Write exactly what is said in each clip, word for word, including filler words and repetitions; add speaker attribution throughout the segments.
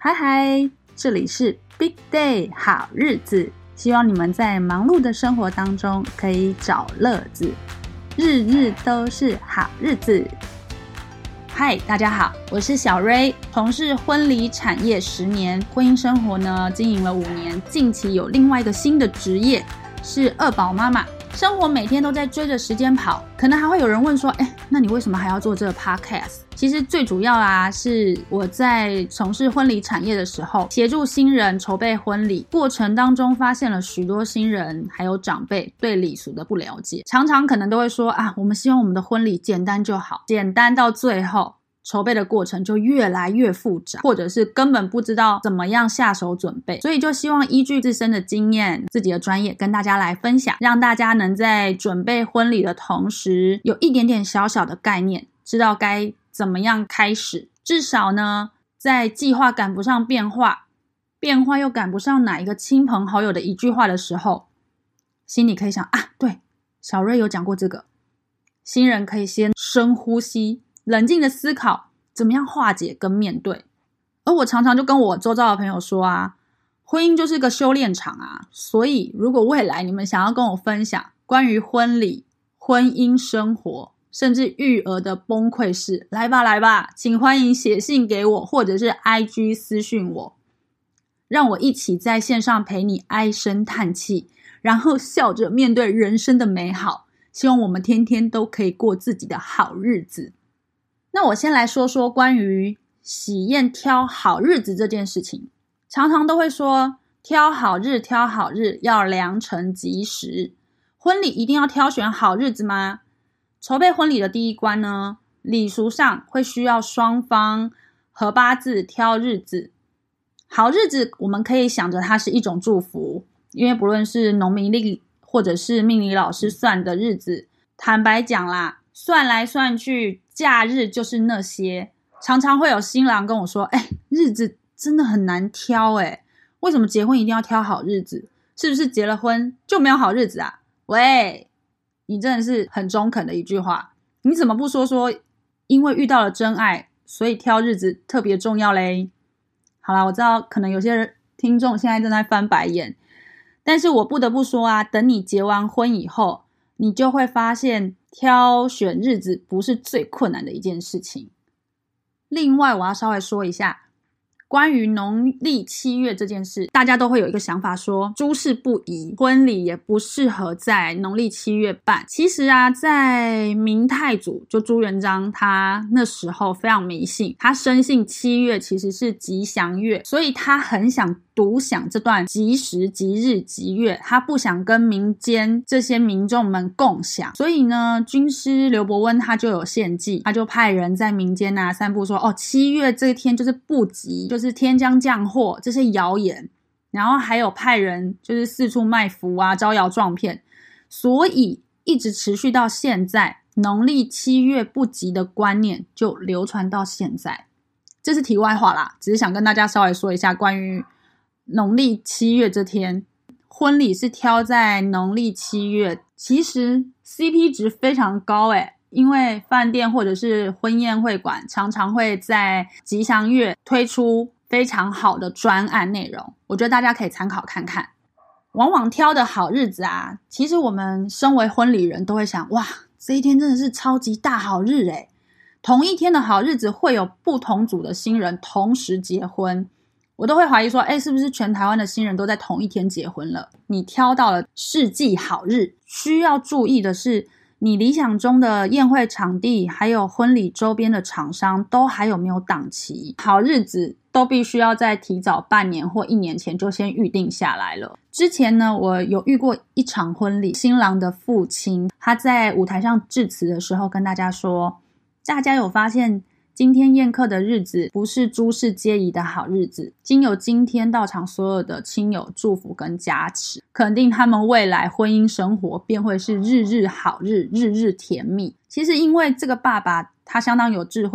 Speaker 1: 嗨嗨，这里是 Big Day 好日子，希望你们在忙碌的生活当中可以找乐子，日日都是好日子。嗨，大家好，我是小瑞，从事婚礼产业十年，婚姻生活呢经营了五年，近期有另外一个新的职业是二宝妈妈。生活每天都在追着时间跑，可能还会有人问说，哎，那你为什么还要做这个 podcast？ 其实最主要啊，是我在从事婚礼产业的时候，协助新人筹备婚礼过程当中，发现了许多新人还有长辈对礼俗的不了解，常常可能都会说啊，我们希望我们的婚礼简单就好，简单到最后筹备的过程就越来越复杂，或者是根本不知道怎么样下手准备，所以就希望依据自身的经验，自己的专业跟大家来分享，让大家能在准备婚礼的同时有一点点小小的概念，知道该怎么样开始，至少呢在计划赶不上变化，变化又赶不上哪一个亲朋好友的一句话的时候，心里可以想啊，对，小瑞有讲过这个，新人可以先深呼吸，冷静的思考怎么样化解跟面对。而我常常就跟我周遭的朋友说啊，婚姻就是个修炼场啊，所以如果未来你们想要跟我分享关于婚礼、婚姻生活甚至育儿的崩溃事，来吧来吧，请欢迎写信给我，或者是 I G 私讯我，让我一起在线上陪你唉声叹气，然后笑着面对人生的美好，希望我们天天都可以过自己的好日子。那我先来说说关于喜宴挑好日子这件事情，常常都会说挑好日挑好日要良辰吉时，婚礼一定要挑选好日子吗？筹备婚礼的第一关呢，礼俗上会需要双方合八字挑日子。好日子我们可以想着它是一种祝福，因为不论是农民历或者是命理老师算的日子，坦白讲啦，算来算去假日就是那些，常常会有新郎跟我说，哎，日子真的很难挑哎，为什么结婚一定要挑好日子？是不是结了婚就没有好日子啊？喂，你真的是很中肯的一句话，你怎么不说说因为遇到了真爱，所以挑日子特别重要嘞？好啦，我知道可能有些人听众现在正在翻白眼，但是我不得不说啊，等你结完婚以后，你就会发现挑选日子不是最困难的一件事情。另外我要稍微说一下关于农历七月这件事，大家都会有一个想法说诸事不宜，婚礼也不适合在农历七月办。其实啊，在明太祖就朱元璋，他那时候非常迷信，他深信七月其实是吉祥月，所以他很想独享这段吉时吉日吉月，他不想跟民间这些民众们共享，所以呢军师刘伯温他就有献计，他就派人在民间啊散布说，哦，七月这一天就是不吉，就是天将降祸，这些谣言，然后还有派人就是四处卖符啊，招摇撞骗，所以一直持续到现在，农历七月不吉的观念就流传到现在。这是题外话啦，只是想跟大家稍微说一下关于农历七月这天，婚礼是挑在农历七月，其实 C P 值非常高诶，因为饭店或者是婚宴会馆常常会在吉祥月推出非常好的专案内容，我觉得大家可以参考看看。往往挑的好日子啊，其实我们身为婚礼人都会想，哇，这一天真的是超级大好日诶，同一天的好日子会有不同组的新人同时结婚，我都会怀疑说，诶，是不是全台湾的新人都在同一天结婚了？你挑到了世纪好日，需要注意的是你理想中的宴会场地还有婚礼周边的厂商都还有没有档期，好日子都必须要在提早半年或一年前就先预定下来了。之前呢，我有遇过一场婚礼，新郎的父亲他在舞台上致辞的时候跟大家说，大家有发现今天宴客的日子不是诸事皆宜的好日子，经由今天到场所有的亲友祝福跟加持，肯定他们未来婚姻生活便会是日日好日，日日甜蜜。其实因为这个爸爸他相当有智慧的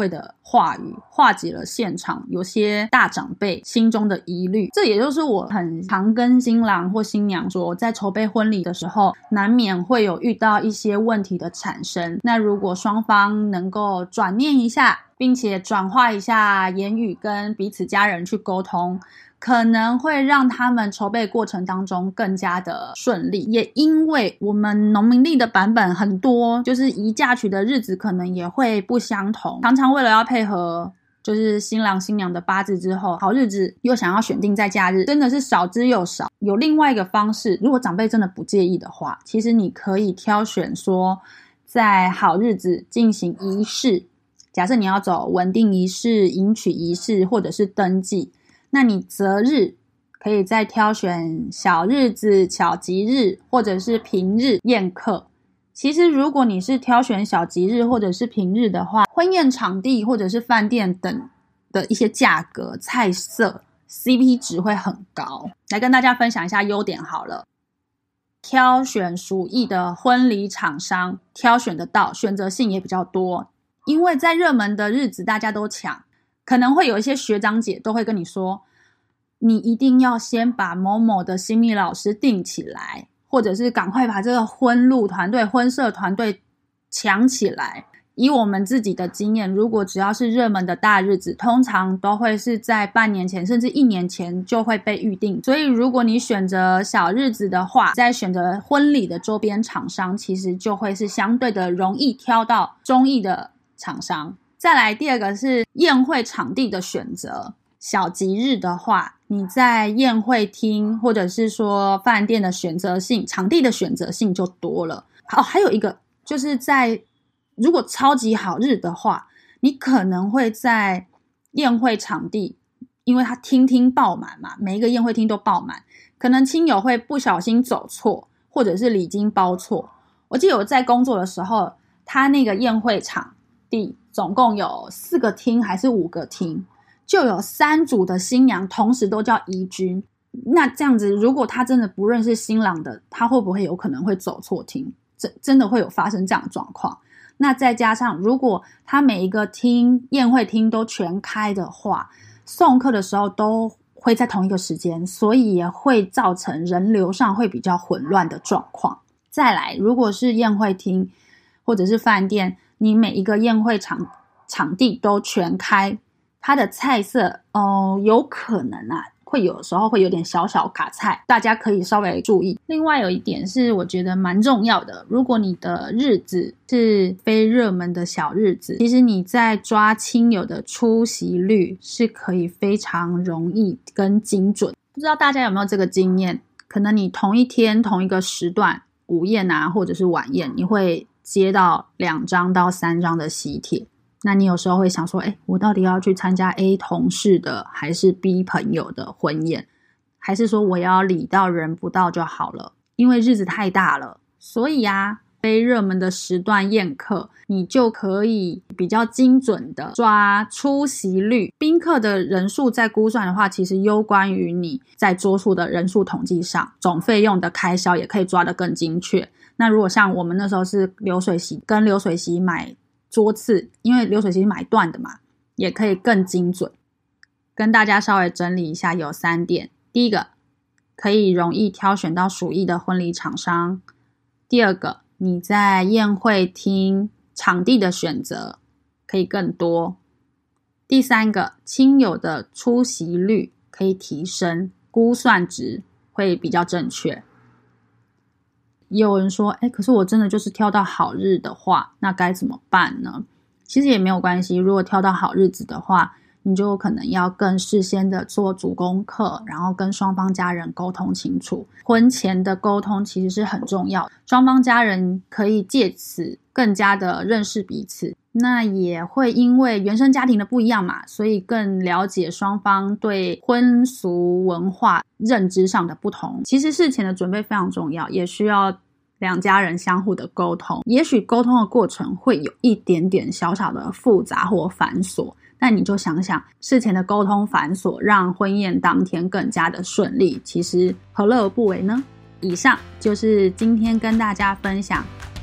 Speaker 1: 话语，化解了现场有些大长辈心中的疑虑。这也就是我很常跟新郎或新娘说，在筹备婚礼的时候难免会有遇到一些问题的产生，那如果双方能够转念一下，并且转化一下言语跟彼此家人去沟通，可能会让他们筹备过程当中更加的顺利。也因为我们农民历的版本很多，就是宜嫁娶的日子可能也会不相同，常常为了要配合就是新郎新娘的八字之后，好日子又想要选定在假日，真的是少之又少。有另外一个方式，如果长辈真的不介意的话，其实你可以挑选说在好日子进行仪式，假设你要走稳定仪式、迎娶仪式或者是登记，那你择日可以再挑选小日子、巧吉日或者是平日宴客。其实如果你是挑选小吉日或者是平日的话，婚宴场地或者是饭店等的一些价格、菜色 C P 值会很高。来跟大家分享一下优点好了。挑选属意的婚礼厂商，挑选得到，选择性也比较多。因为在热门的日子大家都抢，可能会有一些学长姐都会跟你说，你一定要先把某某的新秘老师定起来，或者是赶快把这个婚录团队、婚摄团队抢起来。以我们自己的经验，如果只要是热门的大日子，通常都会是在半年前甚至一年前就会被预定。所以如果你选择小日子的话，在选择婚礼的周边厂商，其实就会是相对的容易挑到中意的厂商。再来第二个是宴会场地的选择。小吉日的话，你在宴会厅或者是说饭店的选择性、场地的选择性就多了。好，还有一个就是在如果超级好日的话，你可能会在宴会场地，因为它厅厅爆满嘛，每一个宴会厅都爆满，可能亲友会不小心走错，或者是礼金包错。我记得我在工作的时候，他那个宴会场地总共有四个厅还是五个厅，就有三组的新娘同时都叫怡君。那这样子如果他真的不认识新郎的，他会不会有可能会走错厅？真真的会有发生这样的状况。那再加上如果他每一个厅宴会厅都全开的话，送客的时候都会在同一个时间，所以也会造成人流上会比较混乱的状况。再来，如果是宴会厅或者是饭店，你每一个宴会场场地都全开，它的菜色哦，有可能啊会有时候会有点小小卡菜，大家可以稍微注意。另外有一点是我觉得蛮重要的，如果你的日子是非热门的小日子，其实你在抓亲友的出席率是可以非常容易跟精准。不知道大家有没有这个经验，可能你同一天同一个时段，午宴啊或者是晚宴，你会接到两张到三张的喜帖，那你有时候会想说，诶，我到底要去参加 A 同事的还是 B 朋友的婚宴，还是说我要礼到人不到就好了？因为日子太大了，所以啊非热门的时段宴客，你就可以比较精准的抓出席率。宾客的人数在估算的话，其实攸关于你在桌数的人数统计上，总费用的开销也可以抓得更精确。那如果像我们那时候是流水席跟流水席买桌次，因为流水席买断的嘛，也可以更精准。跟大家稍微整理一下，有三点。第一个，可以容易挑选到属意的婚礼厂商。第二个，你在宴会厅场地的选择可以更多。第三个，亲友的出席率可以提升，估算值会比较正确。也有人说，诶，可是我真的就是挑到好日的话，那该怎么办呢？其实也没有关系，如果挑到好日子的话，你就可能要更事先的做足功课，然后跟双方家人沟通清楚。婚前的沟通其实是很重要，双方家人可以借此更加的认识彼此，那也会因为原生家庭的不一样嘛，所以更了解双方对婚俗文化认知上的不同。其实事前的准备非常重要，也需要两家人相互的沟通。也许沟通的过程会有一点点小小的复杂或繁琐，但你就想想事前的沟通繁琐，让婚宴当天更加的顺利，其实何乐而不为呢？以上就是今天跟大家分享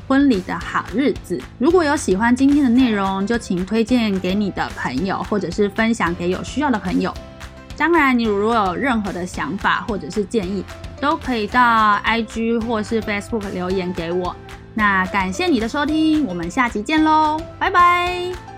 Speaker 1: 婚礼的好日子。如果有喜欢今天的内容，就请推荐给你的朋友，或者是分享给有需要的朋友。当然，你如果有任何的想法或者是建议，都可以到 I G 或是 Facebook 留言给我。那感谢你的收听，我们下期见咯，拜拜。